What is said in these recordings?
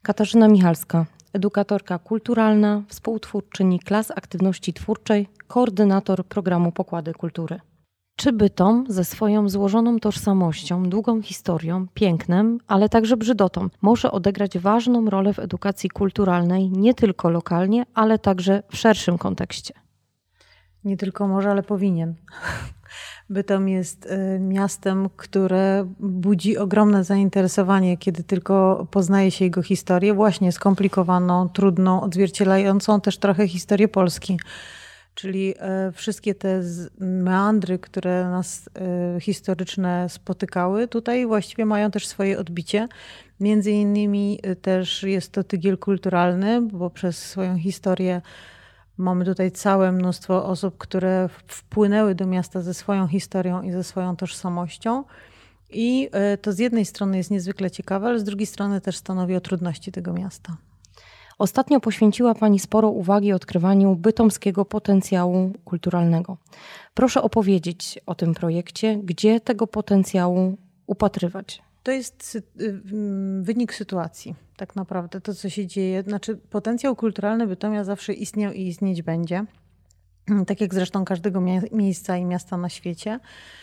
Katarzyna Michalska, edukatorka kulturalna, współtwórczyni klas aktywności twórczej, koordynator programu Pokłady Kultury. Czy Bytom ze swoją złożoną tożsamością, długą historią, pięknem, ale także brzydotą może odegrać ważną rolę w edukacji kulturalnej nie tylko lokalnie, ale także w szerszym kontekście? Nie tylko może, ale powinien. Bytom jest miastem, które budzi ogromne zainteresowanie, kiedy tylko poznaje się jego historię, właśnie skomplikowaną, trudną, odzwierciedlającą też trochę historię Polski. Czyli wszystkie te meandry, które nas historyczne spotykały, tutaj właściwie mają też swoje odbicie. Między innymi też jest to tygiel kulturalny, bo przez swoją historię mamy tutaj całe mnóstwo osób, które wpłynęły do miasta ze swoją historią i ze swoją tożsamością. I to z jednej strony jest niezwykle ciekawe, ale z drugiej strony też stanowi o trudności tego miasta. Ostatnio poświęciła Pani sporo uwagi odkrywaniu bytomskiego potencjału kulturalnego. Proszę opowiedzieć o tym projekcie, gdzie tego potencjału upatrywać. To jest wynik sytuacji, tak naprawdę, to co się dzieje. Znaczy potencjał kulturalny Bytomia zawsze istniał i istnieć będzie. Tak jak zresztą każdego miejsca i miasta na świecie.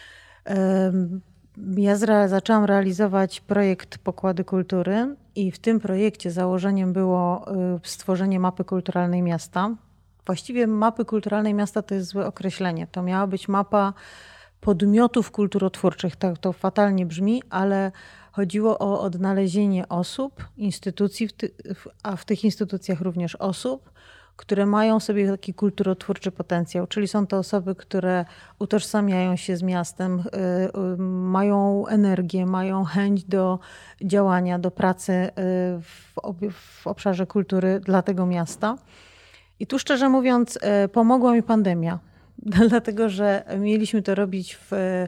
Ja zaczęłam realizować projekt Pokłady Kultury i w tym projekcie założeniem było stworzenie mapy kulturalnej miasta. Właściwie mapy kulturalnej miasta to jest złe określenie. To miała być mapa podmiotów kulturotwórczych. Tak to fatalnie brzmi, ale chodziło o odnalezienie osób, instytucji, a w tych instytucjach również osób, które mają sobie taki kulturotwórczy potencjał. Czyli są to osoby, które utożsamiają się z miastem, mają energię, mają chęć do działania, do pracy w obszarze kultury dla tego miasta. I tu szczerze mówiąc pomogła mi pandemia. Dlatego, że mieliśmy to robić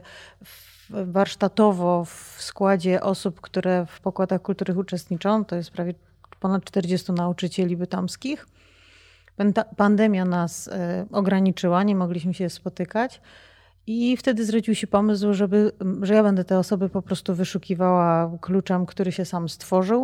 warsztatowo w składzie osób, które w Pokładach Kultury uczestniczą. To jest prawie ponad 40 nauczycieli bytomskich. Pandemia nas ograniczyła, nie mogliśmy się spotykać. I wtedy zrodził się pomysł, że ja będę te osoby po prostu wyszukiwała kluczem, który się sam stworzył.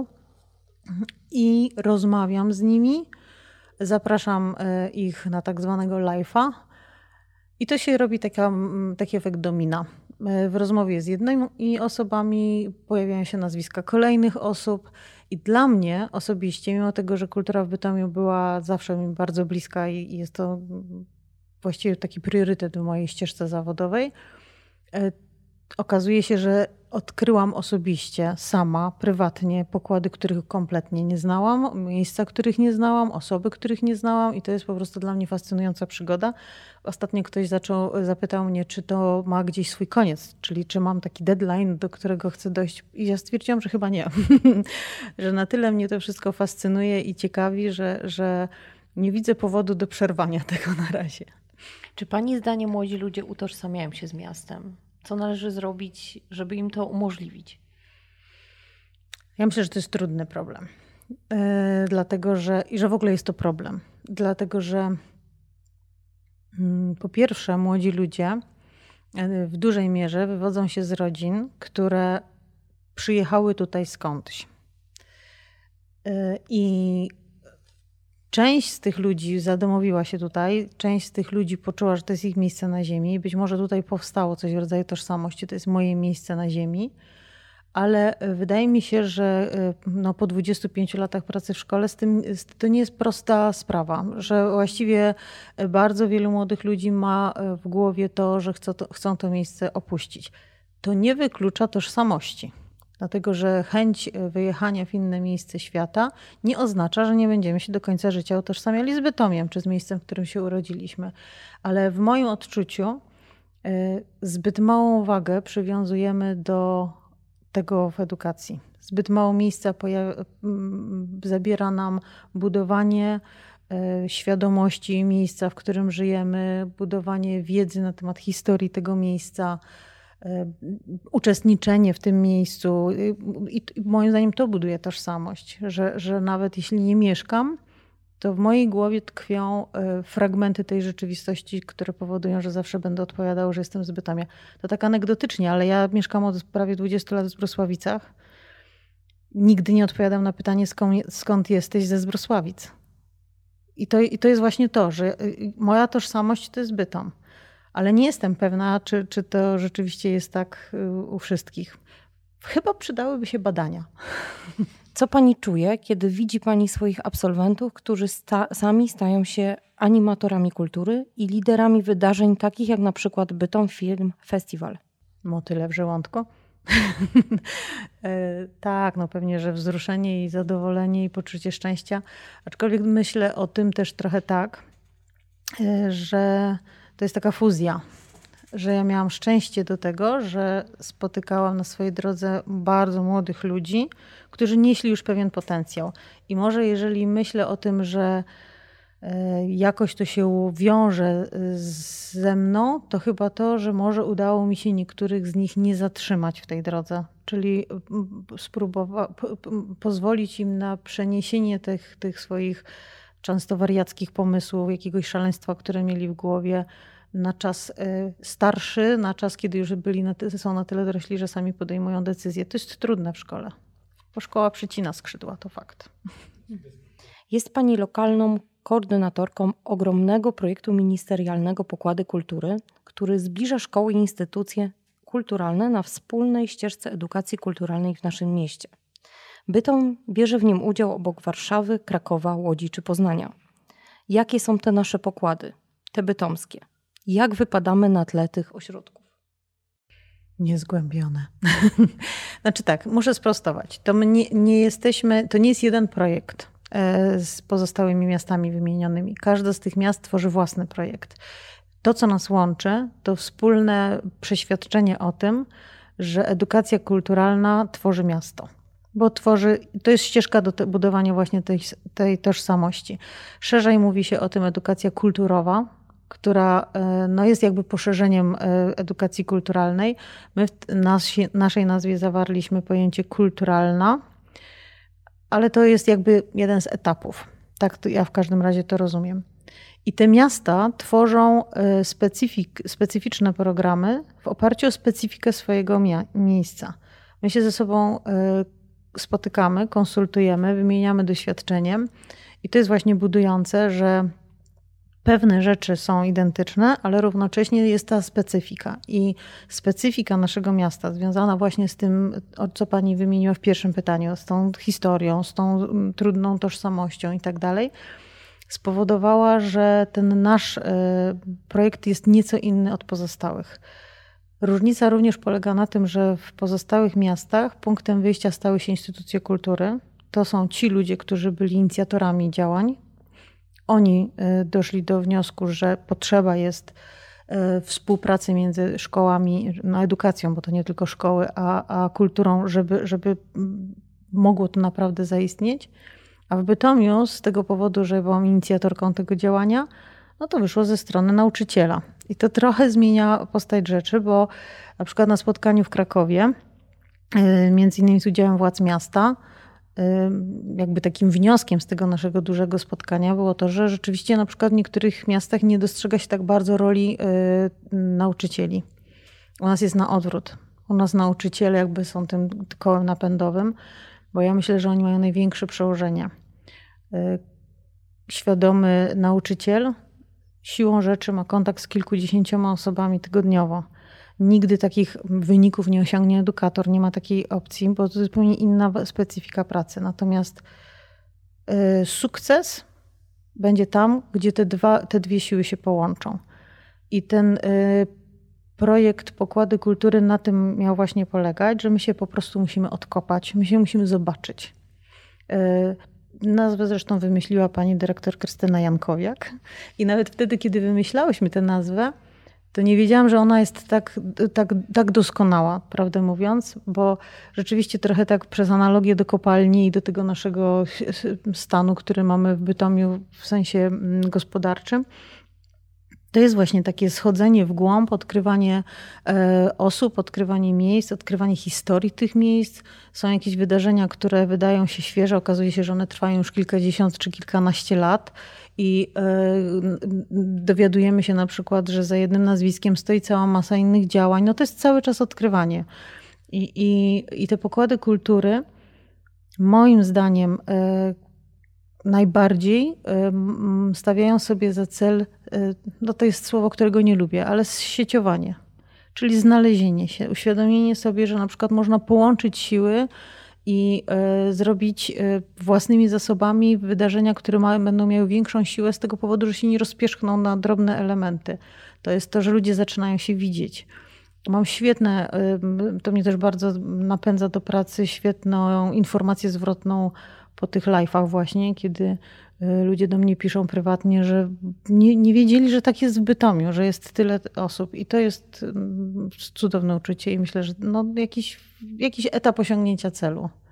I rozmawiam z nimi. Zapraszam ich na tak zwanego live'a. I to się robi taki efekt domina. W rozmowie z jednymi osobami pojawiają się nazwiska kolejnych osób. I dla mnie osobiście, mimo tego, że kultura w Bytomiu była zawsze mi bardzo bliska i jest to właściwie taki priorytet w mojej ścieżce zawodowej, okazuje się, że odkryłam osobiście, sama, prywatnie pokłady, których kompletnie nie znałam, miejsca, których nie znałam, osoby, których nie znałam i to jest po prostu dla mnie fascynująca przygoda. Ostatnio ktoś zapytał mnie, czy to ma gdzieś swój koniec, czyli czy mam taki deadline, do którego chcę dojść i ja stwierdziłam, że chyba nie. Że na tyle mnie to wszystko fascynuje i ciekawi, że nie widzę powodu do przerwania tego na razie. Czy Pani zdaniem młodzi ludzie utożsamiają się z miastem? Co należy zrobić, żeby im to umożliwić? Ja myślę, że to jest trudny problem. Dlatego, że w ogóle jest to problem. Dlatego, że po pierwsze młodzi ludzie w dużej mierze wywodzą się z rodzin, które przyjechały tutaj skądś. I część z tych ludzi zadomowiła się tutaj, część z tych ludzi poczuła, że to jest ich miejsce na ziemi i być może tutaj powstało coś w rodzaju tożsamości, to jest moje miejsce na ziemi, ale wydaje mi się, że po 25 latach pracy w szkole to nie jest prosta sprawa, że właściwie bardzo wielu młodych ludzi ma w głowie to, że chcą to miejsce opuścić. To nie wyklucza tożsamości. Dlatego, że chęć wyjechania w inne miejsce świata nie oznacza, że nie będziemy się do końca życia utożsamiali z Bytomiem czy z miejscem, w którym się urodziliśmy. Ale w moim odczuciu zbyt małą wagę przywiązujemy do tego w edukacji. Zbyt mało miejsca zabiera nam budowanie świadomości miejsca, w którym żyjemy, budowanie wiedzy na temat historii tego miejsca, uczestniczenie w tym miejscu i moim zdaniem to buduje tożsamość, że nawet jeśli nie mieszkam, to w mojej głowie tkwią fragmenty tej rzeczywistości, które powodują, że zawsze będę odpowiadał, że jestem z Bytomia. To tak anegdotycznie, ale ja mieszkam od prawie 20 lat w Wrocławicach. nigdy nie odpowiadam na pytanie, skąd jesteś, ze Zbrosławic. I to jest właśnie to, że moja tożsamość to jest Bytom. Ale nie jestem pewna, czy to rzeczywiście jest tak u wszystkich. Chyba przydałyby się badania. Co pani czuje, kiedy widzi pani swoich absolwentów, którzy sami stają się animatorami kultury i liderami wydarzeń takich jak na przykład Bytom Film Festival? Motyle w żołądku? Tak, no pewnie, że wzruszenie i zadowolenie i poczucie szczęścia. Aczkolwiek myślę o tym też trochę tak, że to jest taka fuzja, że ja miałam szczęście do tego, że spotykałam na swojej drodze bardzo młodych ludzi, którzy nieśli już pewien potencjał. I może jeżeli myślę o tym, że jakoś to się wiąże ze mną, to chyba to, że może udało mi się niektórych z nich nie zatrzymać w tej drodze. Czyli pozwolić im na przeniesienie tych swoich często wariackich pomysłów, jakiegoś szaleństwa, które mieli w głowie, na czas starszy, na czas, kiedy już są na tyle dorośli, że sami podejmują decyzje. To jest trudne w szkole, bo szkoła przycina skrzydła, to fakt. Jest pani lokalną koordynatorką ogromnego projektu ministerialnego Pokłady Kultury, który zbliża szkoły i instytucje kulturalne na wspólnej ścieżce edukacji kulturalnej w naszym mieście. Bytom bierze w nim udział obok Warszawy, Krakowa, Łodzi czy Poznania. Jakie są te nasze pokłady, te bytomskie? Jak wypadamy na tle tych ośrodków? Niezgłębione. Znaczy tak, muszę sprostować. To nie jest jeden projekt z pozostałymi miastami wymienionymi. Każde z tych miast tworzy własny projekt. To, co nas łączy, to wspólne przeświadczenie o tym, że edukacja kulturalna tworzy miasto. Bo to jest ścieżka do budowania właśnie tej tożsamości. Szerzej mówi się o tym edukacja kulturowa, która jest jakby poszerzeniem edukacji kulturalnej. My w naszej nazwie zawarliśmy pojęcie kulturalna, ale to jest jakby jeden z etapów. Tak ja w każdym razie to rozumiem. I te miasta tworzą specyficzne programy w oparciu o specyfikę swojego miejsca. My się ze sobą spotykamy, konsultujemy, wymieniamy doświadczeniem i to jest właśnie budujące, że pewne rzeczy są identyczne, ale równocześnie jest ta specyfika. I specyfika naszego miasta związana właśnie z tym, co pani wymieniła w pierwszym pytaniu, z tą historią, z tą trudną tożsamością i tak dalej, spowodowała, że ten nasz projekt jest nieco inny od pozostałych. Różnica również polega na tym, że w pozostałych miastach punktem wyjścia stały się instytucje kultury. To są ci ludzie, którzy byli inicjatorami działań. Oni doszli do wniosku, że potrzeba jest współpracy między szkołami, edukacją, bo to nie tylko szkoły, a kulturą, żeby mogło to naprawdę zaistnieć. A w Bytomiu z tego powodu, że byłam inicjatorką tego działania, to wyszło ze strony nauczyciela. I to trochę zmienia postać rzeczy, bo na przykład na spotkaniu w Krakowie, między innymi z udziałem władz miasta, jakby takim wnioskiem z tego naszego dużego spotkania było to, że rzeczywiście na przykład w niektórych miastach nie dostrzega się tak bardzo roli nauczycieli. U nas jest na odwrót. U nas nauczyciele jakby są tym kołem napędowym, bo ja myślę, że oni mają największe przełożenie. Świadomy nauczyciel siłą rzeczy ma kontakt z kilkudziesięcioma osobami tygodniowo. Nigdy takich wyników nie osiągnie edukator, nie ma takiej opcji, bo to jest zupełnie inna specyfika pracy. Natomiast sukces będzie tam, gdzie te dwie siły się połączą. I ten projekt Pokłady Kultury na tym miał właśnie polegać, że my się po prostu musimy odkopać, my się musimy zobaczyć. Nazwę zresztą wymyśliła pani dyrektor Krystyna Jankowiak. I nawet wtedy, kiedy wymyślałyśmy tę nazwę, to nie wiedziałam, że ona jest tak doskonała, prawdę mówiąc, bo rzeczywiście trochę tak przez analogię do kopalni i do tego naszego stanu, który mamy w Bytomiu w sensie gospodarczym, to jest właśnie takie schodzenie w głąb, odkrywanie osób, odkrywanie miejsc, odkrywanie historii tych miejsc. Są jakieś wydarzenia, które wydają się świeże, okazuje się, że one trwają już kilkadziesiąt czy kilkanaście lat i dowiadujemy się na przykład, że za jednym nazwiskiem stoi cała masa innych działań. To jest cały czas odkrywanie. I te pokłady kultury, moim zdaniem najbardziej stawiają sobie za cel, no to jest słowo, którego nie lubię, ale zsieciowanie, czyli znalezienie się, uświadomienie sobie, że na przykład można połączyć siły i zrobić własnymi zasobami wydarzenia, które będą miały większą siłę z tego powodu, że się nie rozpierzchną na drobne elementy. To jest to, że ludzie zaczynają się widzieć. Mam świetne, to mnie też bardzo napędza do pracy, świetną informację zwrotną po tych live'ach właśnie, kiedy ludzie do mnie piszą prywatnie, że nie wiedzieli, że tak jest w Bytomiu, że jest tyle osób i to jest cudowne uczucie i myślę, że no jakiś etap osiągnięcia celu.